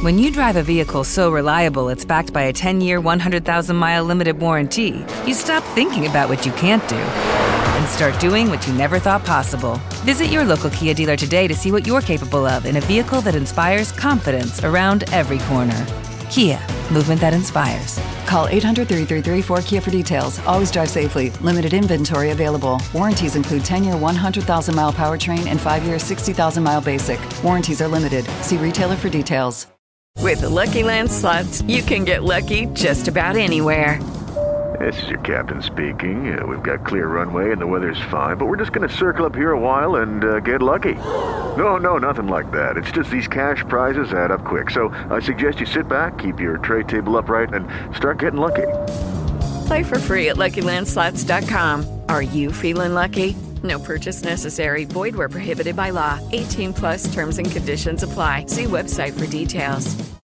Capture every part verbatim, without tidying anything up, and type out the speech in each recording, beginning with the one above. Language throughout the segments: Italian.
When you drive a vehicle so reliable it's backed by a ten-year, one hundred thousand mile limited warranty, you stop thinking about what you can't do and start doing what you never thought possible. Visit your local Kia dealer today to see what you're capable of in a vehicle that inspires confidence around every corner. Kia, movement that inspires. Call eight hundred, three three three, four Kia for details. Always drive safely. Limited inventory available. Warranties include ten-year, one hundred thousand mile powertrain and five-year, sixty thousand mile basic. Warranties are limited. See retailer for details. With the Lucky Land Slots, you can get lucky just about anywhere. This is your captain speaking. Uh, we've got clear runway and the weather's fine, but we're just going to circle up here a while and uh, get lucky. No, no, nothing like that. It's just these cash prizes add up quick. So I suggest you sit back, keep your tray table upright, and start getting lucky. Play for free at Lucky Land Slots dot com. Are you feeling lucky? No purchase necessary. Void where prohibited by law. eighteen plus terms and conditions apply. See website for details.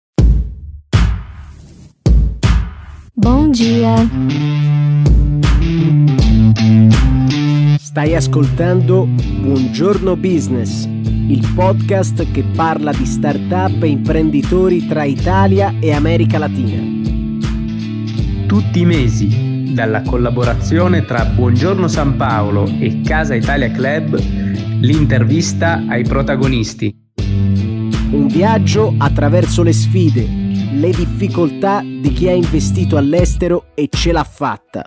Buon dia. Stai ascoltando Buongiorno Business, il podcast che parla di startup e imprenditori tra Italia e America Latina. Tutti i mesi, dalla collaborazione tra Buongiorno San Paolo e Casa Italia Club, l'intervista ai protagonisti. Un viaggio attraverso le sfide, le difficoltà di chi ha investito all'estero e ce l'ha fatta.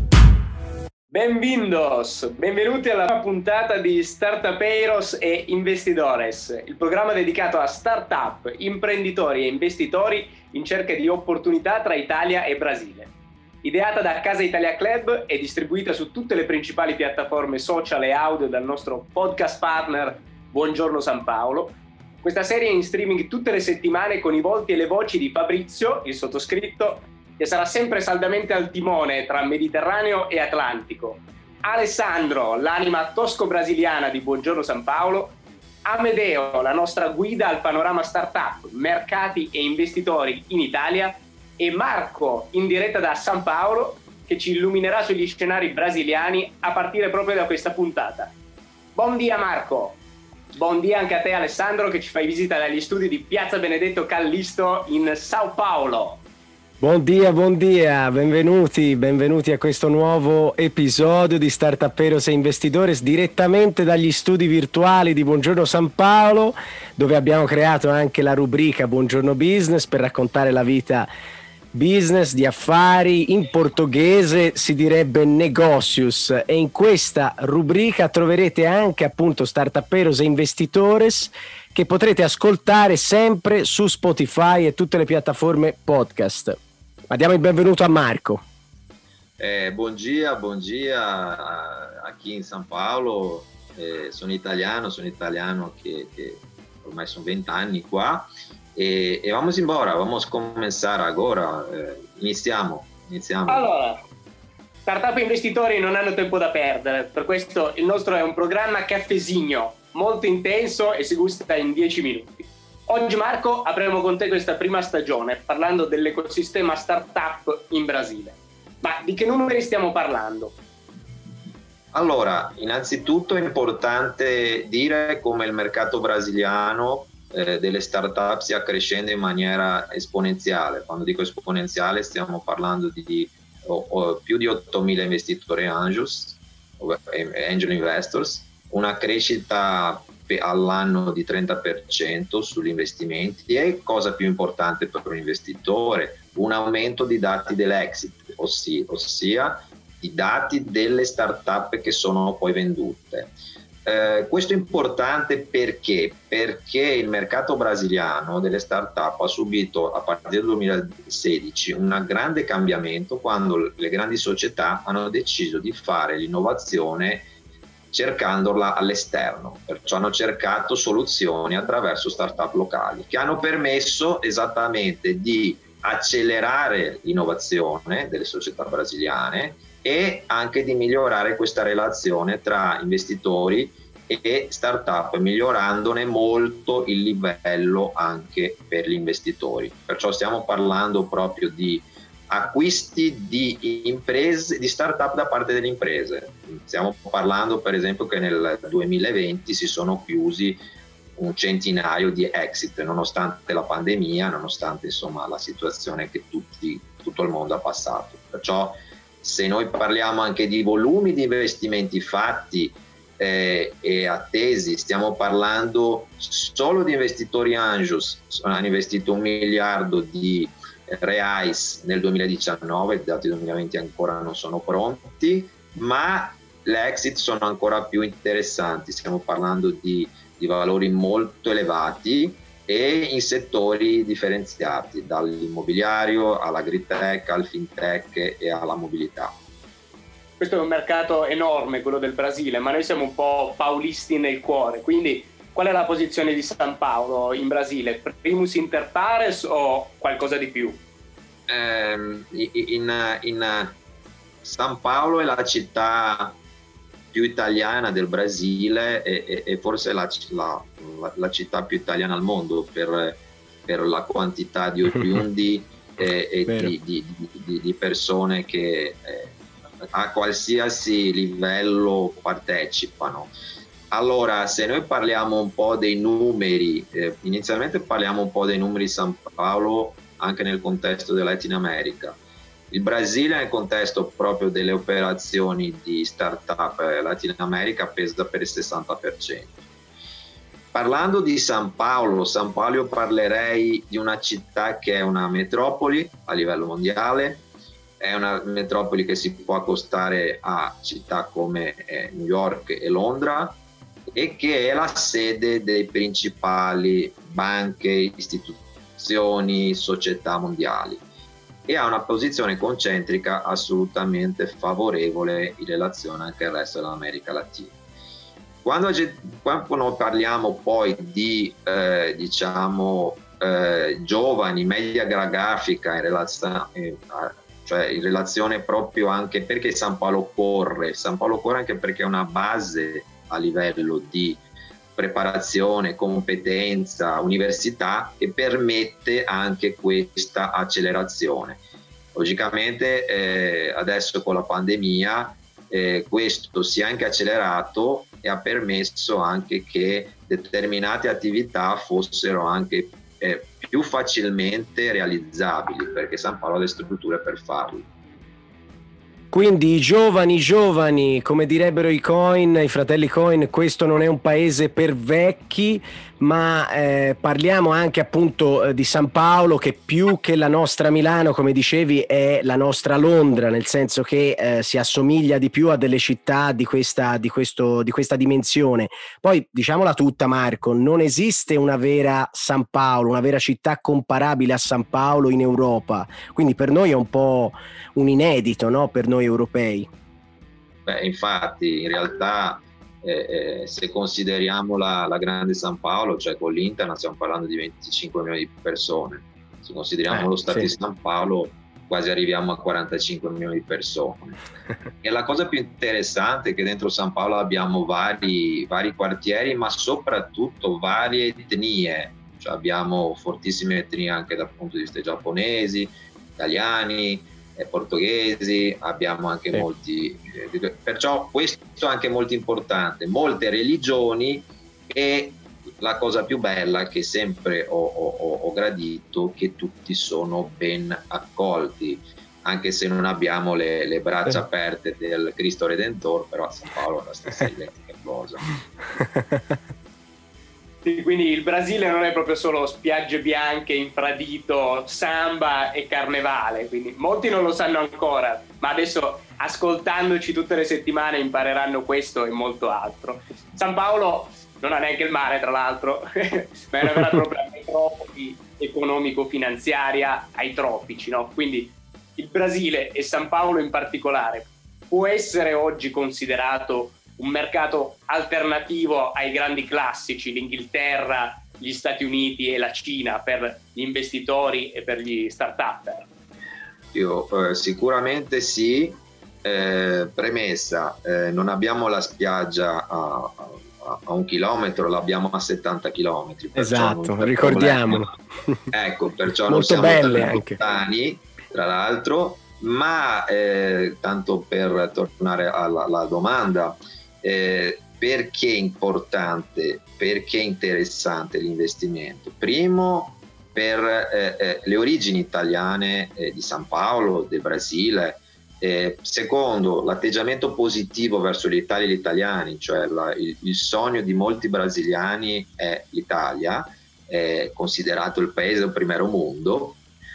Benvindos, benvenuti alla nuova puntata di Startupeiros e Investidores, il programma dedicato a startup, imprenditori e investitori in cerca di opportunità tra Italia e Brasile. Ideata da Casa Italia Club e distribuita su tutte le principali piattaforme social e audio dal nostro podcast partner Buongiorno San Paolo, questa serie è in streaming tutte le settimane con i volti e le voci di Fabrizio, il sottoscritto, che sarà sempre saldamente al timone tra Mediterraneo e Atlantico, Alessandro, l'anima tosco-brasiliana di Buongiorno San Paolo, Amedeo, la nostra guida al panorama startup, mercati e investitori in Italia, e Marco, in diretta da San Paolo, che ci illuminerà sugli scenari brasiliani a partire proprio da questa puntata. Buon dia Marco! Buon dia anche a te Alessandro, che ci fai visita dagli studi di Piazza Benedetto Callisto in Sao Paulo. Buon dia, buon dia, benvenuti, benvenuti a questo nuovo episodio di Startupeiros e Investidores direttamente dagli studi virtuali di Buongiorno San Paolo, dove abbiamo creato anche la rubrica Buongiorno Business per raccontare la vita business, di affari. In portoghese si direbbe negócios, e in questa rubrica troverete anche appunto Startupeiros e Investidores, che potrete ascoltare sempre su Spotify e tutte le piattaforme podcast. Ma diamo il benvenuto a Marco. Eh, buon dia, buon dia aqui in San Paolo. Eh, sono italiano, sono italiano che, che ormai sono vent'anni qua e, e vamos embora, vamos cominciare agora. Eh, iniziamo, iniziamo. Allora, startup e investitori non hanno tempo da perdere, per questo il nostro è un programma caffesigno, molto intenso e si gusta in dieci minuti. Oggi Marco apriamo con te questa prima stagione parlando dell'ecosistema startup in Brasile. Ma di che numeri stiamo parlando? Allora, innanzitutto è importante dire come il mercato brasiliano eh, delle startup stia crescendo in maniera esponenziale. Quando dico esponenziale stiamo parlando di oh, oh, più di ottomila investitori angels, angel investors, una crescita all'anno di trenta per cento sugli investimenti e, cosa più importante per un investitore, un aumento di dati dell'exit, ossia, ossia i dati delle startup che sono poi vendute. Eh, questo è importante perché? Perché il mercato brasiliano delle startup ha subito a partire dal duemilasedici un grande cambiamento quando le grandi società hanno deciso di fare l'innovazione cercandola all'esterno, perciò hanno cercato soluzioni attraverso startup locali che hanno permesso esattamente di accelerare l'innovazione delle società brasiliane e anche di migliorare questa relazione tra investitori e startup, migliorandone molto il livello anche per gli investitori. Perciò stiamo parlando proprio di acquisti di imprese, di startup da parte delle imprese. Stiamo parlando per esempio che nel duemilaventi si sono chiusi un centinaio di exit, nonostante la pandemia, nonostante insomma la situazione che tutti, tutto il mondo ha passato. Perciò se noi parliamo anche di volumi di investimenti fatti eh, e attesi, stiamo parlando solo di investitori Angius, hanno investito un miliardo di reais nel duemiladiciannove, i dati duemilaventi ancora non sono pronti, ma le exit sono ancora più interessanti, stiamo parlando di, di valori molto elevati e in settori differenziati, dall'immobiliario all'agritech, al fintech e alla mobilità. Questo è un mercato enorme, quello del Brasile, ma noi siamo un po' paulisti nel cuore, quindi qual è la posizione di San Paolo in Brasile? Primus inter pares o qualcosa di più? Eh, in, in San Paolo è la città più italiana del Brasile e, e forse la, la, la città più italiana al mondo per, per la quantità di oriundi e, e di, di, di, di persone che eh, a qualsiasi livello partecipano. Allora, se noi parliamo un po' dei numeri, eh, inizialmente parliamo un po' dei numeri di San Paolo anche nel contesto della Latin America. Il Brasile nel contesto proprio delle operazioni di startup eh, Latin America pesa per il sessanta per cento. Parlando di San Paolo, San Paolo io parlerei di una città che è una metropoli a livello mondiale, è una metropoli che si può accostare a città come eh, New York e Londra e che è la sede dei principali banche, istituzioni, società mondiali e ha una posizione concentrica assolutamente favorevole in relazione anche al resto dell'America Latina. Quando, quando noi parliamo poi di eh, diciamo eh, giovani, media grafica in relazione eh, cioè in relazione proprio anche perché San Paolo corre, San Paolo corre anche perché è una base a livello di preparazione, competenza, università che permette anche questa accelerazione. Logicamente eh, adesso con la pandemia eh, questo si è anche accelerato e ha permesso anche che determinate attività fossero anche eh, più facilmente realizzabili perché San Paolo ha le strutture per farlo. Quindi i giovani giovani, come direbbero i Coin, i fratelli Coin, questo non è un paese per vecchi, ma eh, parliamo anche appunto eh, di San Paolo, che più che la nostra Milano, come dicevi, è la nostra Londra, nel senso che eh, si assomiglia di più a delle città di questa, di questo, di questa dimensione. Poi diciamola tutta, Marco, non esiste una vera San Paolo, una vera città comparabile a San Paolo in Europa, quindi per noi è un po' un inedito, no? Per noi europei. Beh, infatti in realtà eh, eh, se consideriamo la, la grande San Paolo, cioè con l'Internet stiamo parlando di venticinque milioni di persone, se consideriamo eh, lo Stato sì. di San Paolo quasi arriviamo a quarantacinque milioni di persone. E la cosa più interessante è che dentro San Paolo abbiamo vari, vari quartieri, ma soprattutto varie etnie, cioè abbiamo fortissime etnie anche dal punto di vista giapponesi, italiani, portoghesi, abbiamo anche sì. molti, eh, perciò questo è anche molto importante, molte religioni e la cosa più bella che sempre ho, ho, ho gradito che tutti sono ben accolti, anche se non abbiamo le, le braccia sì. aperte del Cristo Redentore, però a San Paolo è la stessa identica cosa. Quindi il Brasile non è proprio solo spiagge bianche, infradito, samba e carnevale, quindi molti non lo sanno ancora, ma adesso ascoltandoci tutte le settimane impareranno questo e molto altro. San Paolo non ha neanche il mare, tra l'altro, ma è una vera e propria metropoli economico-finanziaria ai tropici, no? Quindi il Brasile e San Paolo in particolare può essere oggi considerato un mercato alternativo ai grandi classici, l'Inghilterra, gli Stati Uniti e la Cina per gli investitori e per gli start-up? Io eh, sicuramente sì, eh, premessa, eh, non abbiamo la spiaggia a, a, a un chilometro, l'abbiamo a settanta chilometri. Esatto, ricordiamolo. Ecco, perciò molto non siamo belle anche. Lontani, tra l'altro, ma eh, tanto per tornare alla, alla domanda, Eh, perché è importante, perché è interessante l'investimento? Primo, per eh, eh, le origini italiane eh, di San Paolo, del Brasile. Eh, secondo, l'atteggiamento positivo verso l'Italia e gli italiani, cioè la, il, il sogno di molti brasiliani è l'Italia, è considerato il paese del primer mondo.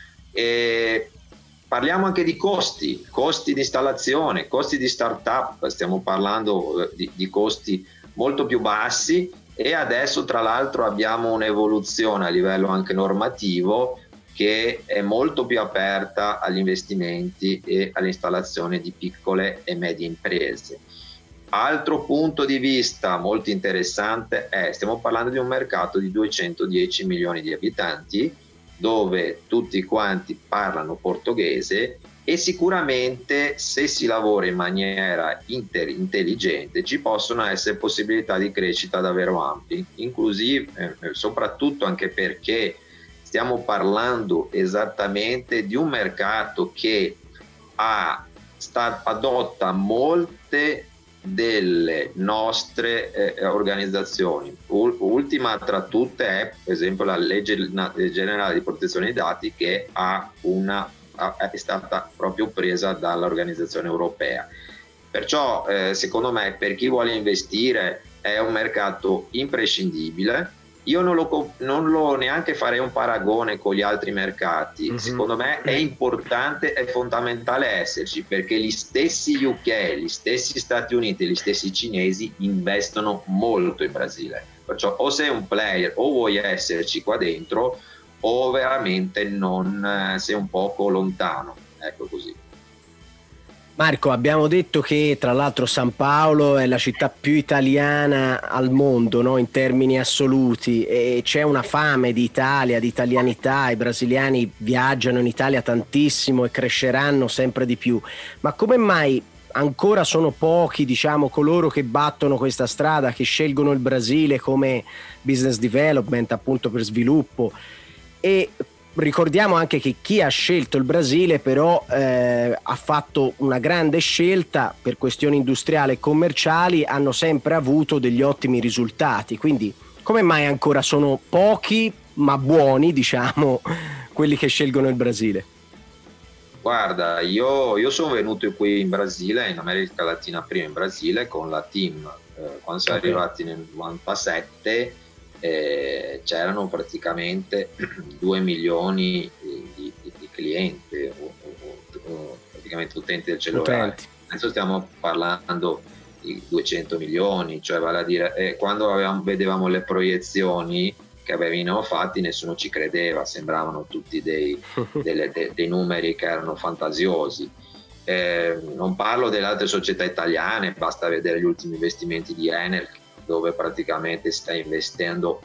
E parliamo anche di costi, costi di installazione, costi di startup, stiamo parlando di, di costi molto più bassi, e adesso tra l'altro abbiamo un'evoluzione a livello anche normativo che è molto più aperta agli investimenti e all'installazione di piccole e medie imprese. Altro punto di vista molto interessante è, stiamo parlando di un mercato di duecentodieci milioni di abitanti, dove tutti quanti parlano portoghese, e sicuramente se si lavora in maniera inter- intelligente ci possono essere possibilità di crescita davvero ampi, inclusive eh, soprattutto anche perché stiamo parlando esattamente di un mercato che ha, sta, adotta molte delle nostre eh, organizzazioni. U- ultima tra tutte è per esempio la legge generale di protezione dei dati, che ha una, ha, è stata proprio presa dall'organizzazione europea. Perciò eh, secondo me, per chi vuole investire, è un mercato imprescindibile. Io non lo, non lo neanche farei un paragone con gli altri mercati. Mm-hmm. Secondo me è importante, è fondamentale esserci, perché gli stessi U K, gli stessi Stati Uniti, gli stessi cinesi investono molto in Brasile. Perciò o sei un player o vuoi esserci qua dentro, o veramente non sei un poco lontano. Ecco così. Marco, abbiamo detto che tra l'altro San Paolo è la città più italiana al mondo, no? In termini assoluti, e c'è una fame di Italia, di italianità. I brasiliani viaggiano in Italia tantissimo e cresceranno sempre di più, ma come mai ancora sono pochi, diciamo, coloro che battono questa strada, che scelgono il Brasile come business development, appunto, per sviluppo? E ricordiamo anche che chi ha scelto il Brasile però eh, ha fatto una grande scelta per questioni industriali e commerciali, hanno sempre avuto degli ottimi risultati. Quindi come mai ancora sono pochi ma buoni, diciamo, quelli che scelgono il Brasile? Guarda, io, io sono venuto qui in Brasile, in America Latina prima, in Brasile con la team, eh, quando siamo okay. arrivati nel novantasette. Eh, c'erano praticamente due milioni di, di, di clienti o, o, o praticamente utenti del cellulare. Utenti. Adesso stiamo parlando di duecento milioni, cioè vale a dire, eh, quando avevamo, vedevamo le proiezioni che avevano fatti, nessuno ci credeva, sembravano tutti dei, delle, de, dei numeri che erano fantasiosi. Eh, non parlo delle altre società italiane, basta vedere gli ultimi investimenti di Enel, dove praticamente sta investendo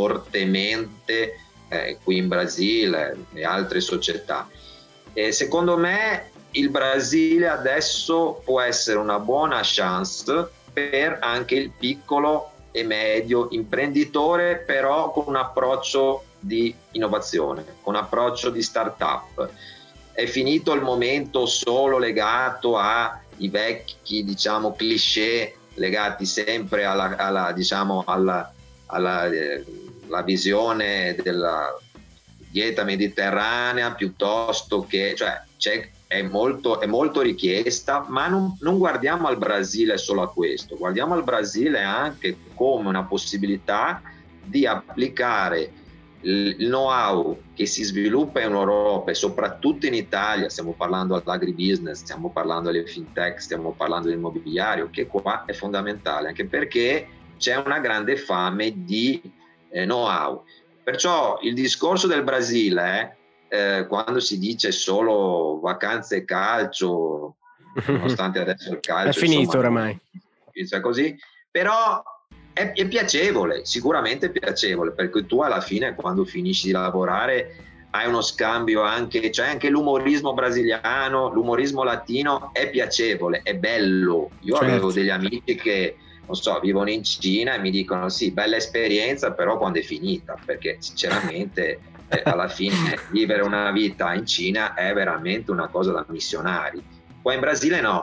fortemente eh, qui in Brasile e altre società. E secondo me il Brasile adesso può essere una buona chance per anche il piccolo e medio imprenditore, però con un approccio di innovazione, con un approccio di startup. È finito il momento solo legato ai vecchi, diciamo, cliché legati sempre alla, alla diciamo alla, alla eh, la visione della dieta mediterranea, piuttosto che, cioè c'è, è molto è molto richiesta, ma non, non guardiamo al Brasile solo a questo, guardiamo al Brasile anche come una possibilità di applicare il know-how che si sviluppa in Europa e soprattutto in Italia. Stiamo parlando dell'agribusiness, stiamo parlando delle fintech, stiamo parlando dell'immobiliario, che qua è fondamentale, anche perché c'è una grande fame di eh, know-how. Perciò il discorso del Brasile, eh, quando si dice solo vacanze e calcio, nonostante adesso il calcio è finito, insomma, oramai, cioè così, però È, è piacevole, sicuramente piacevole, perché tu alla fine, quando finisci di lavorare, hai uno scambio anche, cioè anche l'umorismo brasiliano, l'umorismo latino è piacevole, è bello. Io certo. avevo degli amici che, non so, vivono in Cina e mi dicono sì, bella esperienza, però quando è finita, perché sinceramente eh, alla fine vivere una vita in Cina è veramente una cosa da missionari. Qua in Brasile no.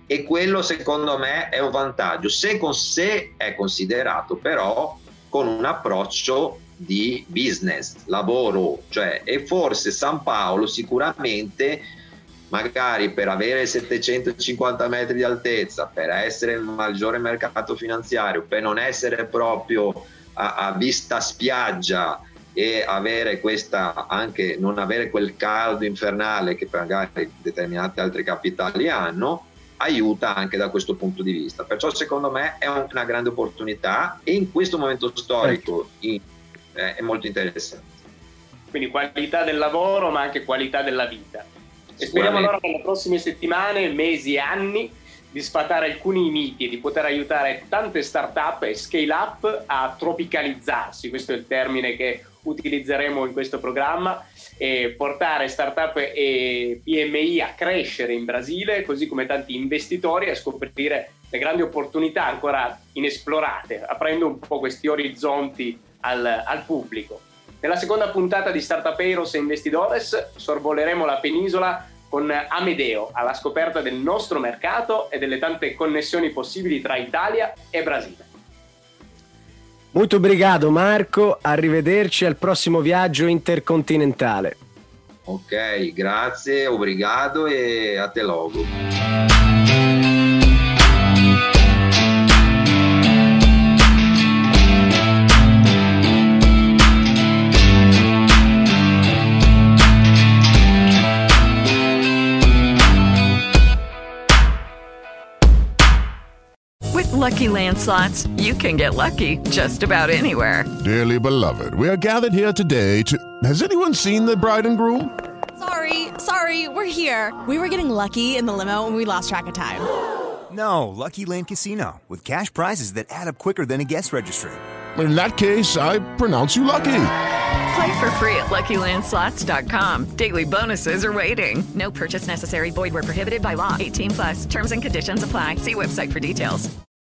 e quello secondo me è un vantaggio, se, con, se è considerato però con un approccio di business, lavoro, cioè, e forse San Paolo sicuramente, magari per avere settecentocinquanta metri di altezza, per essere il maggiore mercato finanziario, per non essere proprio a, a vista spiaggia e avere questa, anche non avere quel caldo infernale che magari determinate altre capitali hanno, aiuta anche da questo punto di vista. Perciò secondo me è una grande opportunità e in questo momento storico in, eh, è molto interessante. Quindi qualità del lavoro ma anche qualità della vita. E speriamo allora nelle prossime settimane, mesi e anni di sfatare alcuni miti e di poter aiutare tante start-up e scale-up a tropicalizzarsi, questo è il termine che utilizzeremo in questo programma, e portare start-up e P M I a crescere in Brasile, così come tanti investitori a scoprire le grandi opportunità ancora inesplorate, aprendo un po' questi orizzonti al, al pubblico. Nella seconda puntata di Startupeiros e Investidores sorvoleremo la penisola con Amedeo alla scoperta del nostro mercato e delle tante connessioni possibili tra Italia e Brasile. Molto obrigado Marco, arrivederci al prossimo viaggio intercontinentale. Ok, grazie, obrigado e a te logo. Lucky Land Slots, you can get lucky just about anywhere. Dearly beloved, we are gathered here today to... Has anyone seen the bride and groom? Sorry, sorry, we're here. We were getting lucky in the limo and we lost track of time. No, Lucky Land Casino, with cash prizes that add up quicker than a guest registry. In that case, I pronounce you lucky. Play for free at Lucky Land Slots dot com. Daily bonuses are waiting. No purchase necessary. Void where prohibited by law. eighteen plus. Terms and conditions apply. See website for details.